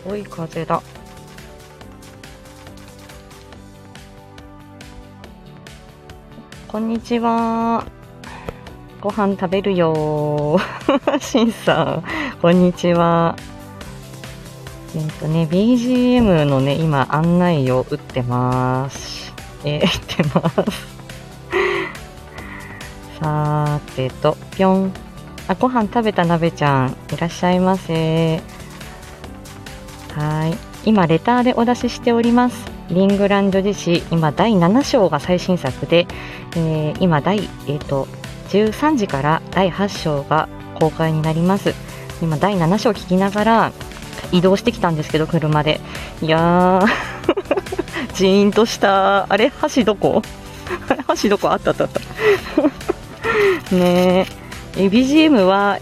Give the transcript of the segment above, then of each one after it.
ごい風だ。こんにちは。ご飯食べるよ。しんさん、こんにちは。BGM のね、今案内を打ってます。打ってます。さーてと、ぴょん。ご飯食べたなべちゃん、いらっしゃいませ。はい。今、レターでお出ししております。リングランド自史、今、第7章が最新作で、今、13時から第8章が公開になります。今、第7章聞きながら移動してきたんですけど、車で。いやー、ジーンとした。あれ箸どこ箸どこあったあったあった。ねえ。BGM は、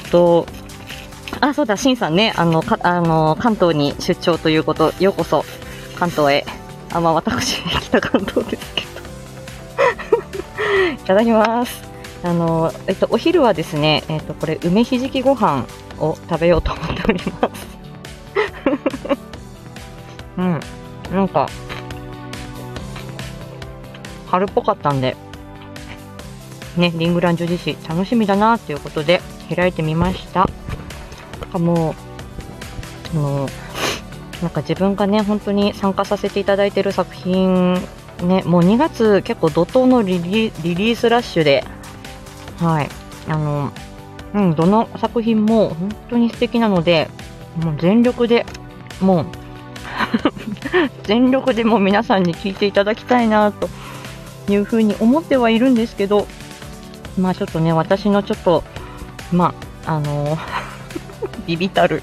そうだ、しんさんね、関東に出張ということ、ようこそ、関東へ。私、北関東ですけど。いただきます。お昼はですね、これ、梅ひじきご飯を食べようと思っております。うん。なんか、春っぽかったんで、ね、リングランド自史楽しみだなということで、開いてみました。もう、なんか自分がね、本当に参加させていただいている作品、ね、もう2月結構怒涛のリリースラッシュで、はい、どの作品も本当に素敵なので、もう全力でもう皆さんに聞いていただきたいなというふうに思ってはいるんですけど、ちょっとね、私のちょっと、ビビたる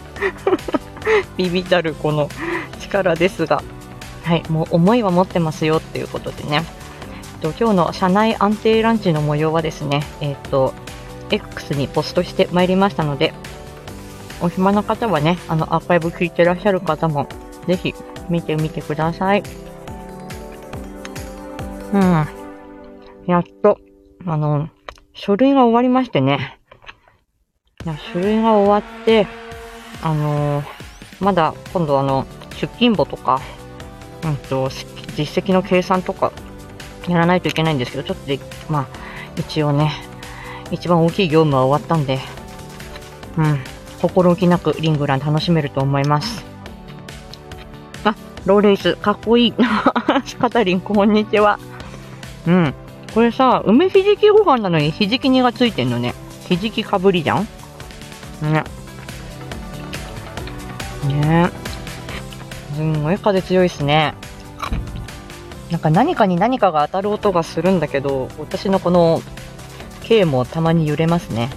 この力ですが、はい、もう思いは持ってますよっていうことでね、今日の社内安定ランチの模様はですね、X にポストしてまいりましたので、お暇な方はね、アーカイブ聞いてらっしゃる方もぜひ見てみてください。やっと書類が終わりましてね。書類が終わって、まだ今度出勤簿とか、実績の計算とかやらないといけないんですけど、ちょっと一応ね、一番大きい業務は終わったんで、心置きなくリングラン楽しめると思います。ローレース、かっこいい。カタリン、こんにちは。これさ、梅ひじきご飯なのにひじき煮がついてんのね。ひじきかぶりじゃんね。すんごい風強いっすね。なんか何かに何かが当たる音がするんだけど、私のこのKもたまに揺れますね。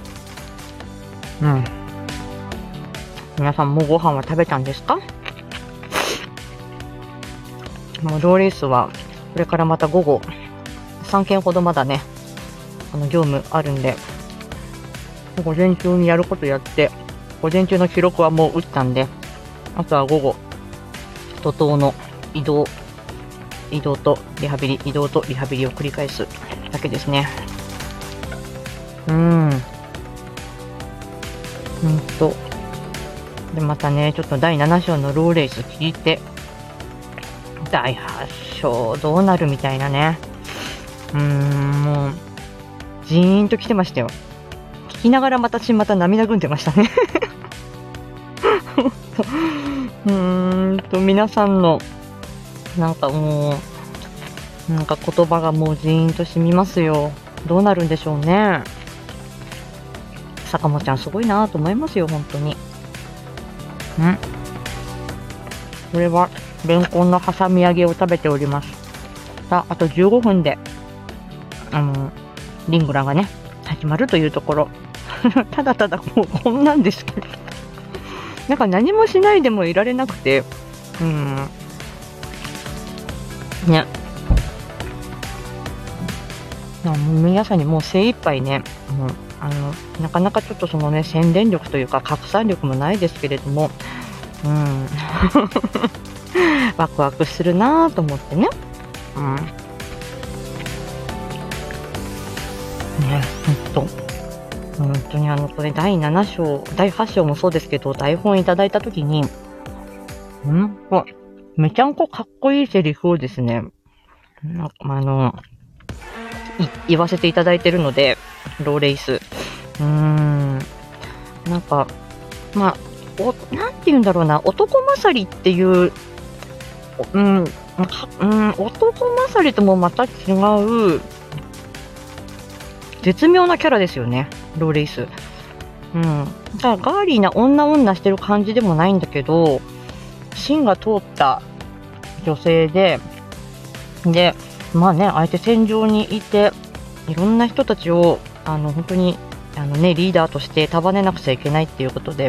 皆さんもうご飯は食べたんですか？もうローレースはこれからまた午後3件ほどまだね、業務あるんで、午前中にやることやって、午前中の記録はもう打ったんで、あとは午後、怒涛の移動とリハビリを繰り返すだけですね。で、またね、ちょっと第7章のローレース聞いて、第8章どうなるみたいなね。もう、ジーンと来てましたよ。聞きながらまた涙ぐんでましたね。皆さんの、なんかもう、なんか言葉がもうジーンと染みますよ。どうなるんでしょうね。坂本ちゃんすごいなと思いますよ、本当に。これは、レンコンの挟み揚げを食べております。あと15分で、リングラがね、始まるというところ。ただただもうこんなんですけど。なんか何もしないでもいられなくて、ね。皆さんにもう精一杯ね、なかなかちょっとそのね、宣伝力というか拡散力もないですけれども、ワクワクするなぁと思ってね。本当にこれ第7章、第8章もそうですけど、台本いただいたときに、 めちゃんこかっこいいセリフをですね、なんか言わせていただいてるので、ローレイス。なんか、なんて言うんだろうな、男勝りっていう、男勝りともまた違う、絶妙なキャラですよね、ローレイス。ガーリーな女してる感じでもないんだけど、芯が通った女性で、まあね、あえて戦場にいて、いろんな人たちを、本当に、リーダーとして束ねなくちゃいけないっていうことで、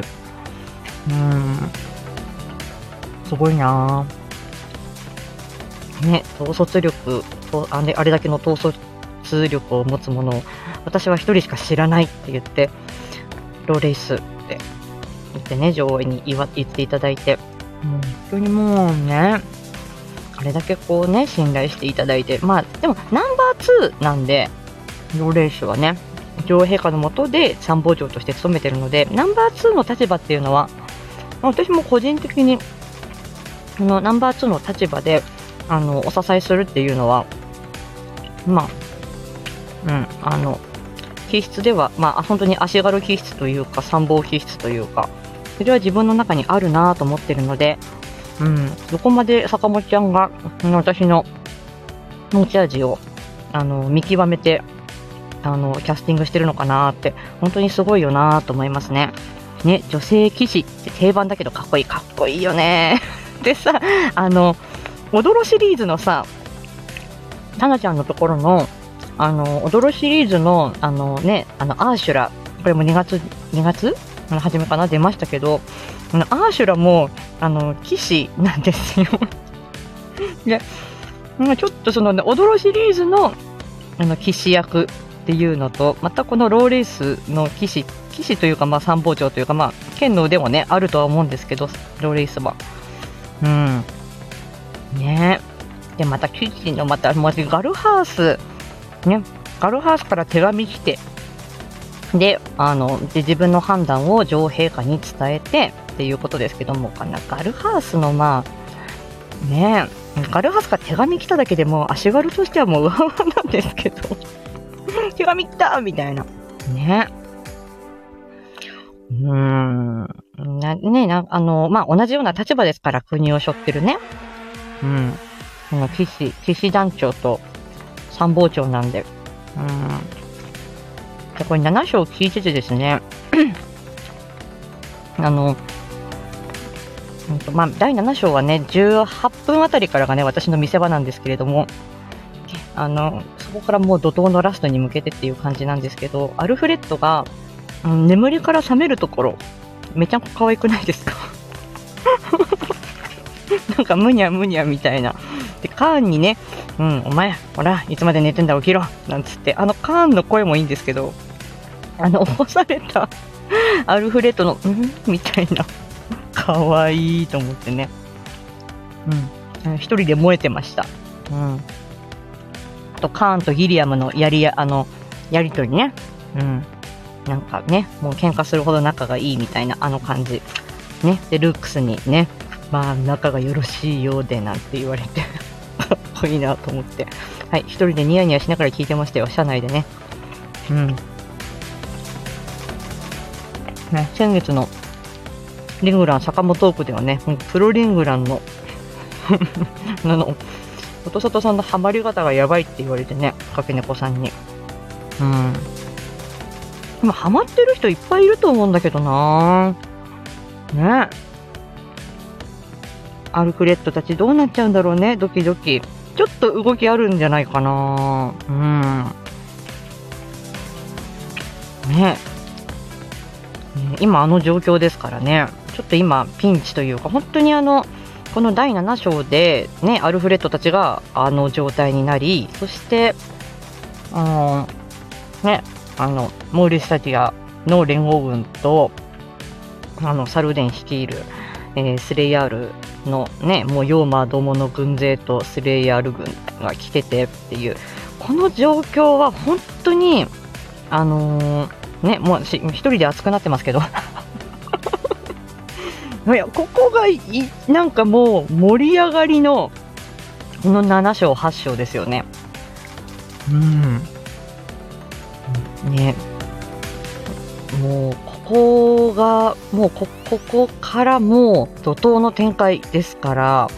すごいなぁ。ね、統率力、あれだけの統率力を持つものを、私は一人しか知らないって言って、ローレイスって言ってね、女王に言っていただいて、本当にもうね、あれだけこうね、信頼していただいて、でもナンバー2なんで、ローレイスはね、女王陛下の下で参謀長として務めてるので、ナンバー2の立場っていうのは、私も個人的に、ナンバー2の立場で、お支えするっていうのは、気質では、本当に足軽気質というか、参謀気質というか、それは自分の中にあるなと思ってるので、どこまで坂本ちゃんが、私の持ち味を、見極めて、キャスティングしてるのかなって、本当にすごいよなと思いますね。ね、女性騎士って定番だけどかっこいいよね。でさ、踊シリーズのさ、タナちゃんのところの、踊シリーズの、アーシュラ、これも2月の初めかな、出ましたけど、アーシュラも、騎士なんですよ。で、ちょっとその、踊シリーズの、騎士役っていうのと、またこのローレースの騎士というか、参謀長というか、剣の腕もね、あるとは思うんですけど、ローレースは。ねで、また騎士の、ガルハース、ね、ガルハースから手紙来て、で、自分の判断を女王陛下に伝えてっていうことですけども、ガルハースの、ガルハースから手紙来ただけでも、足軽としてはもう、うわうわなんですけど、手紙来たみたいな。ね。同じような立場ですから、国を背負ってるね。騎士団長と参謀長なんで。で、これ7章聞いててですね、第7章はね、18分あたりからがね、私の見せ場なんですけれども、そこからもう怒涛のラストに向けてっていう感じなんですけど、アルフレッドが、眠りから覚めるところ、めちゃくちゃ可愛くないですか？なんかむにゃむにゃみたいな。で、カーンにね、お前、ほら、いつまで寝てんだ起きろなんつって、カーンの声もいいんですけど、起こされたアルフレッドの、みたいな。可愛いと思ってね。一人で燃えてました。あと、カーンとギリアムのやりとりね。なんかね、もう喧嘩するほど仲がいいみたいな、感じ。ね。で、ルークスにね、仲がよろしいようでなんて言われて、かっこいいなと思って。はい、一人でニヤニヤしながら聞いてましたよ、車内でね。ね、先月のリングラン坂本トークではね、プロリングランの音里さんのハマり方がやばいって言われてね、かけねこさんに。今ハマってる人いっぱいいると思うんだけどなね。アルフレッドたちどうなっちゃうんだろうね、ドキドキ。ちょっと動きあるんじゃないかな。ね。今状況ですからね。ちょっと今ピンチというか、本当にこの第7章でね、アルフレッドたちが状態になり、そして、ね、モーリスタティアの連合軍と、サルデン率いる、スレイヤールのね、もうヨーマーどもの軍勢とスレイヤール軍が来ててっていう、この状況は本当に、ね、もう一人で熱くなってますけど、 いや、ここがなんかもう盛り上がりのこの7章8章ですよね。ね、もうここがもうここからもう怒涛の展開ですから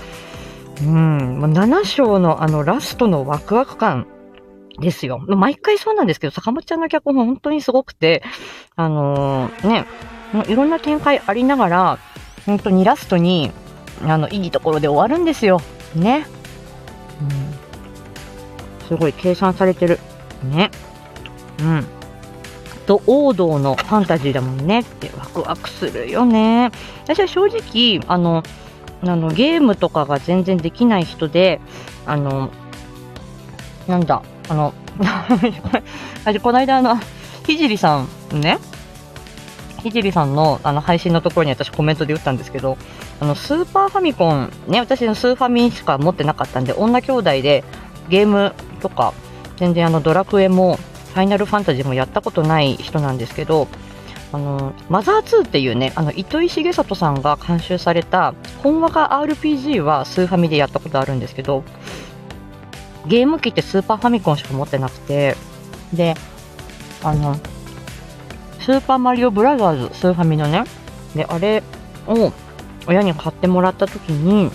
、7章のラストのワクワク感ですよ。毎回そうなんですけど、坂本ちゃんの脚本本当にすごくて、いろんな展開ありながら、本当にラストにいいところで終わるんですよ。ね。すごい計算されてる。ね。と王道のファンタジーだもんねってワクワクするよね。私は正直ゲームとかが全然できない人でこの間ひじりさんね、ひじりさんの配信のところに私コメントで打ったんですけど、スーパーファミコンね、私のスーファミしか持ってなかったんで、女兄弟でゲームとか全然ドラクエもファイナルファンタジーもやったことない人なんですけど、マザー2っていうね、糸井重里さんが監修された本話が RPG はスーファミでやったことあるんですけど、ゲーム機ってスーパーファミコンしか持ってなくて、でスーパーマリオブラザーズスーファミのね、であれを親に買ってもらった時に、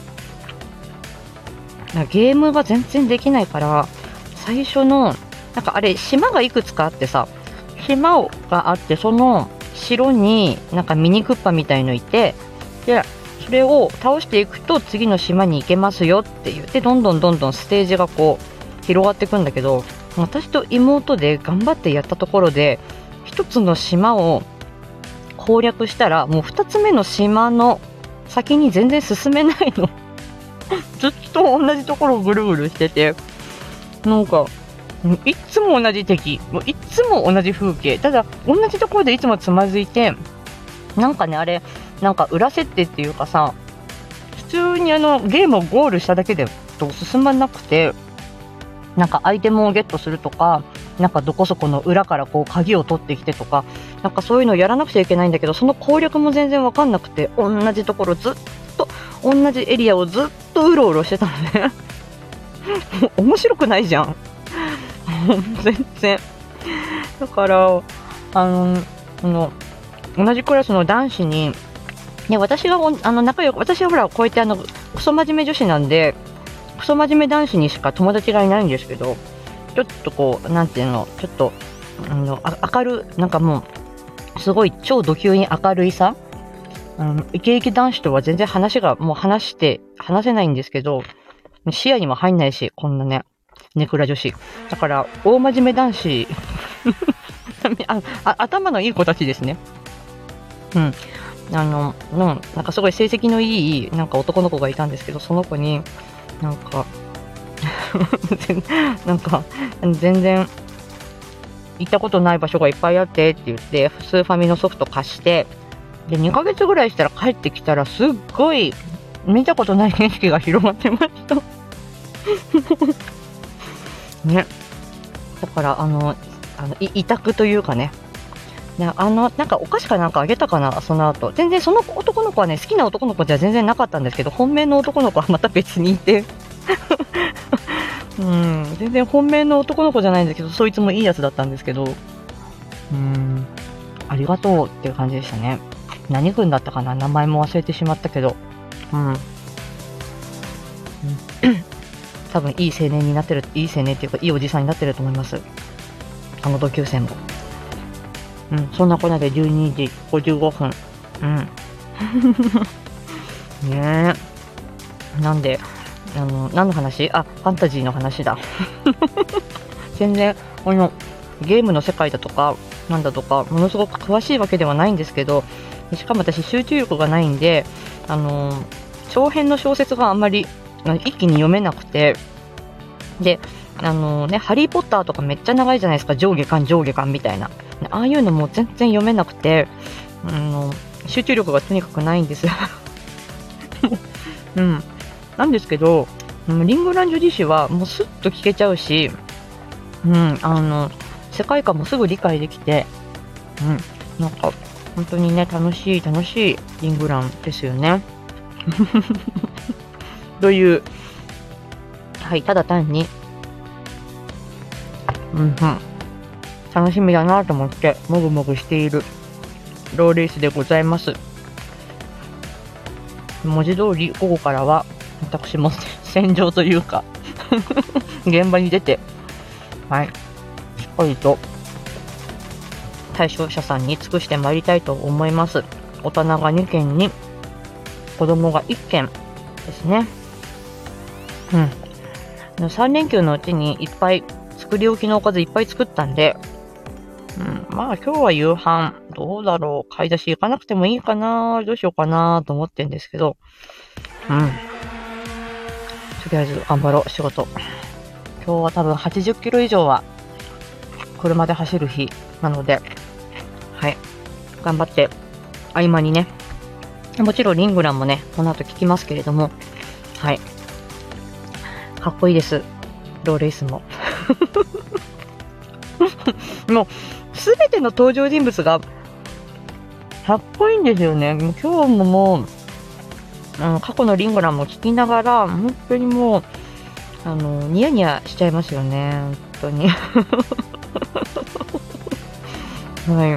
ゲームが全然できないから最初のあれ島がいくつかあってさ、島があってその城にミニクッパみたいのいて、でそれを倒していくと次の島に行けますよって言って、どんどんステージがこう広がっていくんだけど、私と妹で頑張ってやったところで一つの島を攻略したらもう2つ目の島の先に全然進めないのずっと同じところをぐるぐるしてて、いつも同じ敵、いつも同じ風景、ただ同じところでいつもつまずいて、あれ裏設定っていうかさ、普通にゲームをゴールしただけでと進まなくて、アイテムをゲットするとか、どこそこの裏からこう鍵を取ってきてとか、そういうのをやらなくちゃいけないんだけど、その攻略も全然わかんなくて、同じところずっと同じエリアをずっとうろうろしてたのね面白くないじゃん全然。だから同じクラスの男子に、ね、私が仲良く、私はほらこうやってクソ真面目女子なんで、クソ真面目男子にしか友達がいないんですけど、ちょっとこうなんていうの、ちょっと明るもうすごい超ド級に明るいさ、イケイケ男子とは全然話せないんですけど、視野にも入んないし、こんなねネクラ女子だから大真面目男子頭のいい子たちですね。すごい成績のいい男の子がいたんですけど、その子に全然行ったことない場所がいっぱいあってって言ってスーファミのソフト貸して、で2ヶ月ぐらいしたら帰ってきたらすっごい見たことない景色が広がってましたね。だから委託というかね、お菓子かあげたかな、その後。全然その男の子はね、好きな男の子じゃ全然なかったんですけど、本命の男の子はまた別にいて全然本命の男の子じゃないんですけど、そいつもいいやつだったんですけど、ありがとうっていう感じでしたね。何君だったかな、名前も忘れてしまったけど、多分いい青年になってる、いい青年っていうかいいおじさんになってると思います、同級生も。そんなこんなで12時55分。ねえ。なんで、何の話？ファンタジーの話だ。全然、ゲームの世界だとか、なんだとか、ものすごく詳しいわけではないんですけど、しかも私集中力がないんで、長編の小説があんまり一気に読めなくて、で、ハリーポッターとかめっちゃ長いじゃないですか、上下巻みたいな。ああいうのも全然読めなくて、集中力がとにかくないんです。なんですけど、リングランジュ自身はもうスッと聞けちゃうし、世界観もすぐ理解できて、 本当にね、楽しいリングランですよね。という、はい、ただ単に、楽しみだなと思って、もぐもぐしているローレースでございます。文字通り、午後からは、私も戦場というか、現場に出て、はい、しっかりと、対象者さんに尽くしてまいりたいと思います。大人が2件に、子供が1件ですね。3連休のうちにいっぱい、作り置きのおかずいっぱい作ったんで、まあ今日は夕飯、どうだろう、買い出し行かなくてもいいかな、どうしようかなと思ってんですけど、とりあえず頑張ろう、仕事。今日は多分80キロ以上は車で走る日なので、はい、頑張って、合間にね、もちろんリングランもね、この後聞きますけれども、はい、かっこいいです、ローレースも。もう、すべての登場人物が、かっこいいんですよね。今日ももう、過去のリングランも聞きながら、本当にもう、ニヤニヤしちゃいますよね。本当に。はい。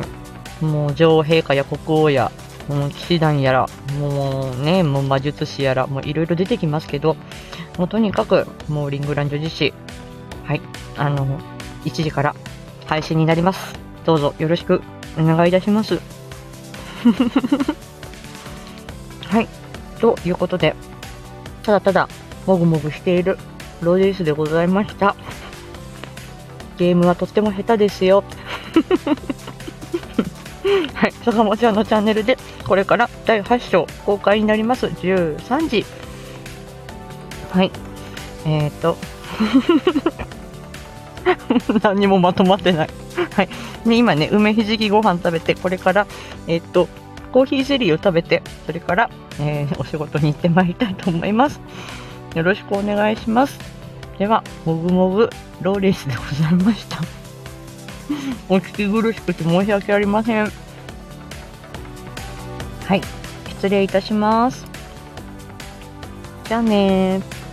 もう、女王陛下や国王や、もう騎士団やら、もうね、もう魔術師やら、もういろいろ出てきますけど、もうとにかく、もうリングラン女子誌、はい、1時から配信になります。どうぞよろしくお願いいたします。はい。ということで、ただただ、もぐもぐしているローディースでございました。ゲームはとっても下手ですよ。はい。坂本ちゃんのチャンネルで、これから第8章公開になります。13時。はい。何にもまとまってない。はい。ね、今ね、梅ひじきご飯食べて、これから、コーヒーゼリーを食べて、それから、お仕事に行ってまいりたいと思います。よろしくお願いします。では、もぐもぐローレースでございました。お聞き苦しくて申し訳ありません。はい。失礼いたします。じゃあねー。